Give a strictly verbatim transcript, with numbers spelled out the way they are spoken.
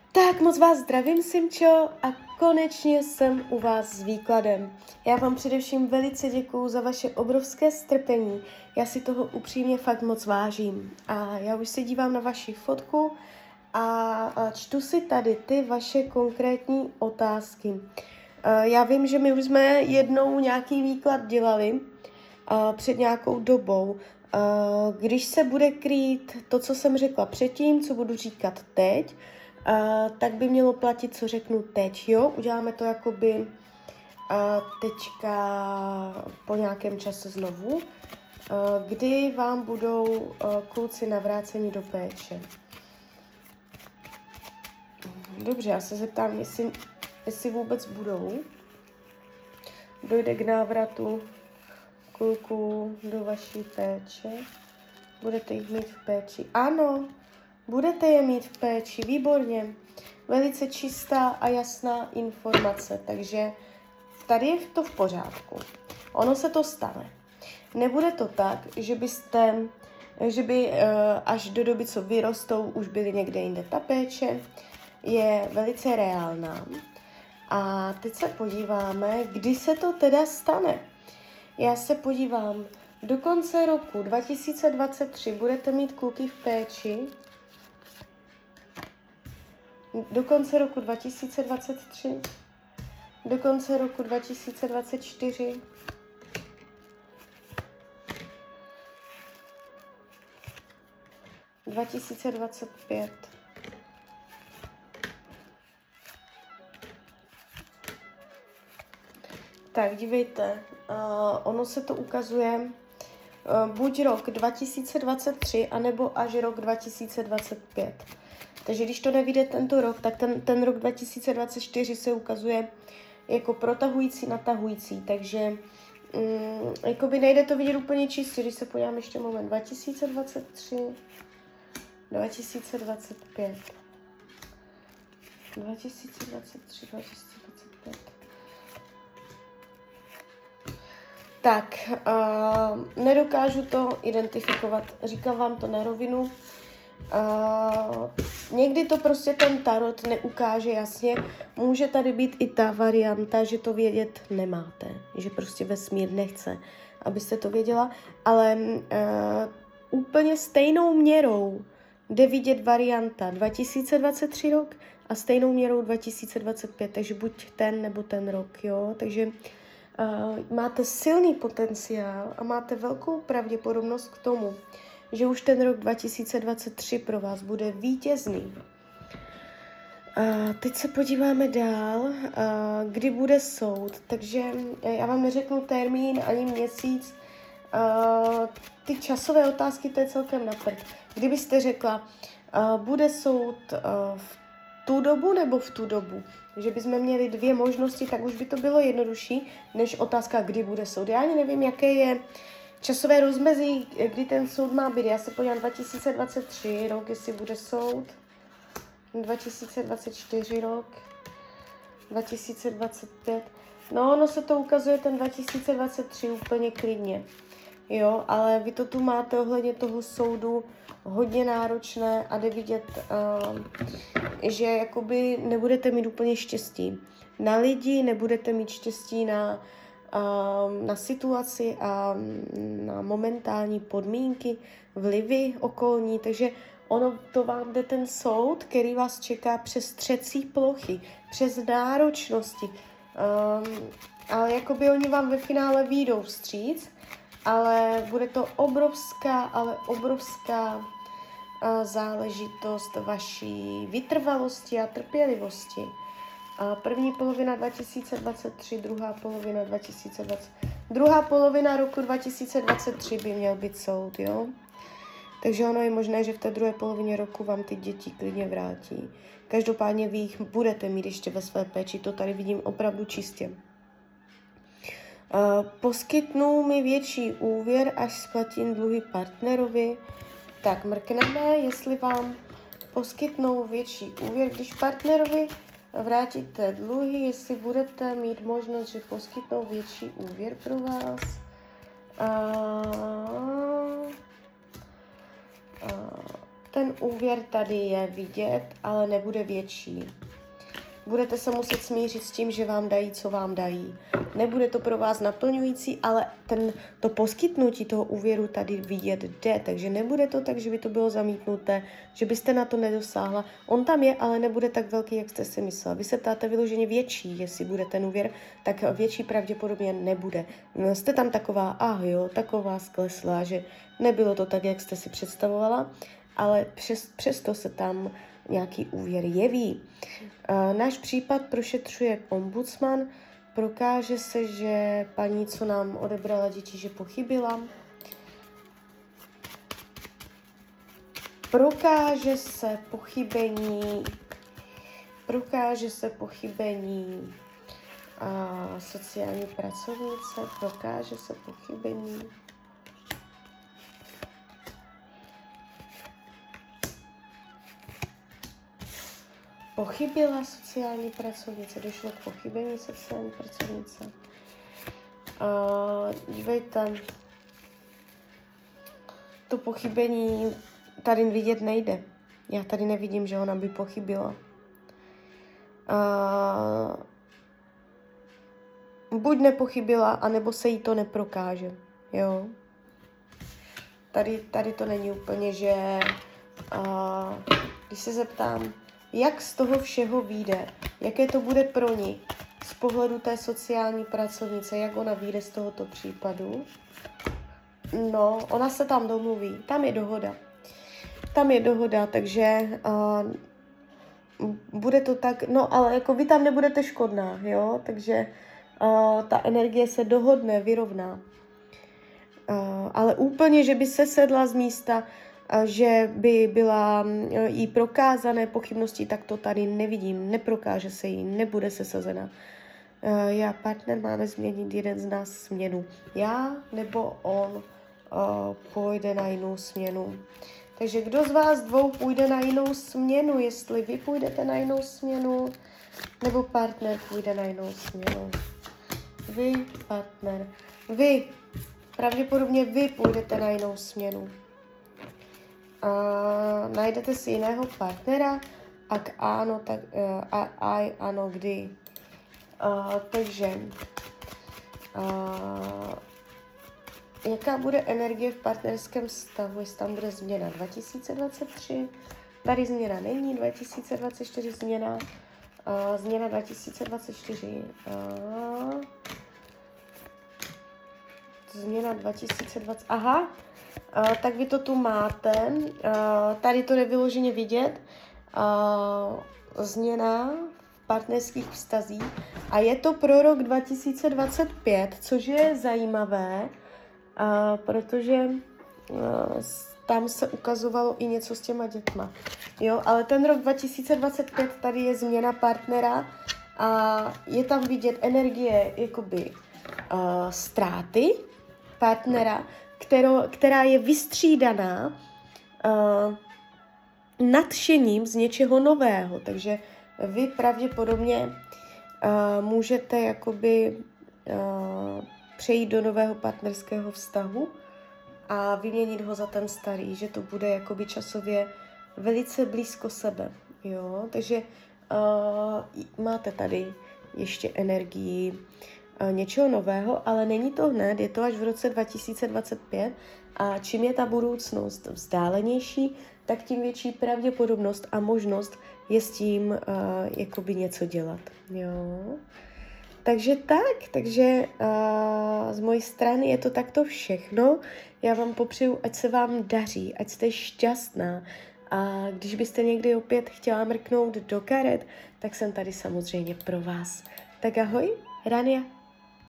Tak moc vás zdravím, Simčo, a konečně jsem u vás s výkladem. Já vám především velice děkuju za vaše obrovské strpení. Já si toho upřímně fakt moc vážím. A já už se dívám na vaši fotku a čtu si tady ty vaše konkrétní otázky. Já vím, že my už jsme jednou nějaký výklad dělali před nějakou dobou. Když se bude krýt to, co jsem řekla předtím, co budu říkat teď, Uh, tak by mělo platit, co řeknu teď, jo? Uděláme to jakoby uh, teďka po nějakém čase znovu, uh, kdy vám budou uh, kluci navráceni do péče. Dobře, já se zeptám, jestli, jestli vůbec budou. Dojde k návratu kluků do vaší péče. Budete jich mít v péči. Ano, budete je mít v péči, výborně. Velice čistá a jasná informace, takže tady je to v pořádku. Ono se to stane. Nebude to tak, že byste, že by až do doby, co vyrostou, už byli někde jinde. Ta péče je velice reálná. A teď se podíváme, kdy se to teda stane. Já se podívám, do konce roku dva tisíce dvacet tři budete mít kluky v péči. Do konce roku dva tisíce dvacet tři, do konce roku dva tisíce dvacet čtyři, dva tisíce dvacet pět. Tak, dívejte, uh, ono se to ukazuje uh, buď rok dva tisíce dvacet tři, anebo až rok dva tisíce dvacet pět. Takže když to nevyjde tento rok, tak ten, ten rok dva tisíce dvacet čtyři se ukazuje jako protahující, natahující. Takže um, jakoby nejde to vidět úplně čistě, když se podívám ještě moment. dva tisíce dvacet tři, dva tisíce dvacet pět, dva tisíce dvacet tři, dva tisíce dvacet pět. Tak, uh, nedokážu to identifikovat, říkám vám to na rovinu. Uh, někdy to prostě ten tarot neukáže jasně. Může tady být i ta varianta, že to vědět nemáte, že prostě vesmír nechce, abyste to věděla, ale uh, úplně stejnou měrou jde vidět varianta dva tisíce dvacet tři rok a stejnou měrou dva tisíce dvacet pět, takže buď ten nebo ten rok, jo, takže Uh, máte silný potenciál a máte velkou pravděpodobnost k tomu, že už ten rok dva tisíce dvacet tři pro vás bude vítězný. Uh, teď se podíváme dál, uh, kdy bude soud. Takže já vám neřeknu termín ani měsíc. Uh, ty časové otázky, to je celkem na prd. Kdybyste řekla, uh, bude soud uh, v tu dobu nebo v tu dobu, že bychom měli dvě možnosti, tak už by to bylo jednodušší, než otázka, kdy bude soud. Já ani nevím, jaké je časové rozmezí, kdy ten soud má být. Já se podívám dva tisíce dvacet tři rok, jestli bude soud, dva tisíce dvacet čtyři rok, dva tisíce dvacet pět. No, ono se to ukazuje ten dva tisíce dvacet tři úplně klidně. Jo, ale vy to tu máte ohledně toho soudu hodně náročné a jde vidět, uh, že jakoby nebudete mít úplně štěstí na lidi, nebudete mít štěstí na, uh, na situaci a na momentální podmínky, vlivy okolní, takže ono to vám jde ten soud, který vás čeká přes třecí plochy, přes náročnosti, um, ale jakoby oni vám ve finále vyjdou vstříc, ale bude to obrovská, ale obrovská záležitost vaší vytrvalosti a trpělivosti. První polovina dva tisíce dvacet tři, druhá polovina dva tisíce dvacet. Druhá polovina roku dva tisíce dvacet tři by měl být soud, jo? Takže ono je možné, že v té druhé polovině roku vám ty děti klidně vrátí. Každopádně vy jich budete mít ještě ve své péči, to tady vidím opravdu čistě. Uh, poskytnou mi větší úvěr, až splatím dluhy partnerovi. Tak mrkneme, jestli vám poskytnou větší úvěr, když partnerovi vrátíte dluhy, jestli budete mít možnost, že poskytnou větší úvěr pro vás. Uh, uh, ten úvěr tady je vidět, ale nebude větší. Budete se muset smířit s tím, že vám dají, co vám dají. Nebude to pro vás naplňující, ale ten, to poskytnutí toho úvěru tady vidět jde, takže nebude to tak, že by to bylo zamítnuté, že byste na to nedosáhla. On tam je, ale nebude tak velký, jak jste si myslel. Vy se ptáte vyloženě větší, jestli bude ten úvěr, tak větší pravděpodobně nebude. Jste tam taková, ah jo, taková skleslá, že nebylo to tak, jak jste si představovala, ale přes, přesto se tam nějaký úvěr jeví. Uh, náš případ prošetřuje ombudsman, prokáže se, že paní, co nám odebrala děti, že pochybila. Prokáže se pochybení, prokáže se pochybení uh, sociální pracovnice, prokáže se pochybení. Pochybila sociální pracovnice, došlo k pochybení sociální pracovnice. Uh, dívejte, to pochybení tady vidět nejde. Já tady nevidím, že ona by pochybila. Uh, buď nepochybila, anebo se jí to neprokáže. Jo? Tady, tady to není úplně, že uh, když se zeptám, jak z toho všeho vyjde, jaké to bude pro ní z pohledu té sociální pracovnice, jak ona vyjde z tohoto případu. No, ona se tam domluví, tam je dohoda. Tam je dohoda, takže uh, bude to tak, no ale jako vy tam nebudete škodná, jo, takže uh, ta energie se dohodne, vyrovná. Uh, ale úplně, že by se sedla z místa, že by byla jí prokázané pochybnosti, tak to tady nevidím, neprokáže se jí, nebude sesazena. Já, partner, máme změnit jeden z nás směnu. Já nebo on uh, půjde na jinou směnu. Takže kdo z vás dvou půjde na jinou směnu, jestli vy půjdete na jinou směnu, nebo partner půjde na jinou směnu. Vy, partner, vy, pravděpodobně vy půjdete na jinou směnu. Uh, najdete si jiného partnera, ak ano, tak uh, a, a ano, kdy. Uh, takže, uh, jaká bude energie v partnerském vztahu, jestli tam bude změna dva tisíce dvacet tři, tady změna není, dva tisíce dvacet čtyři změna, uh, změna dva tisíce dvacet čtyři, uh, změna dva tisíce dvacet, aha, Uh, tak vy to tu máte, uh, tady to je vyloženě vidět, uh, změna v partnerských vztazích a je to pro rok dva tisíce dvacet pět, což je zajímavé, uh, protože uh, tam se ukazovalo i něco s těma dětma, jo, ale ten rok dva tisíce dvacet pět tady je změna partnera a je tam vidět energie jakoby uh, ztráty partnera, Kterou, která je vystřídaná uh, nadšením z něčeho nového. Takže vy pravděpodobně uh, můžete jakoby uh, přejít do nového partnerského vztahu a vyměnit ho za ten starý, že to bude jakoby časově velice blízko sebe. Jo? Takže uh, máte tady ještě energii něčeho nového, ale není to hned, je to až v roce dva tisíce dvacet pět a čím je ta budoucnost vzdálenější, tak tím větší pravděpodobnost a možnost je s tím uh, jakoby něco dělat. Jo? Takže tak, takže uh, z mojí strany je to takto všechno. Já vám popřeju, ať se vám daří, ať jste šťastná a když byste někdy opět chtěla mrknout do karet, tak jsem tady samozřejmě pro vás. Tak ahoj, Rania.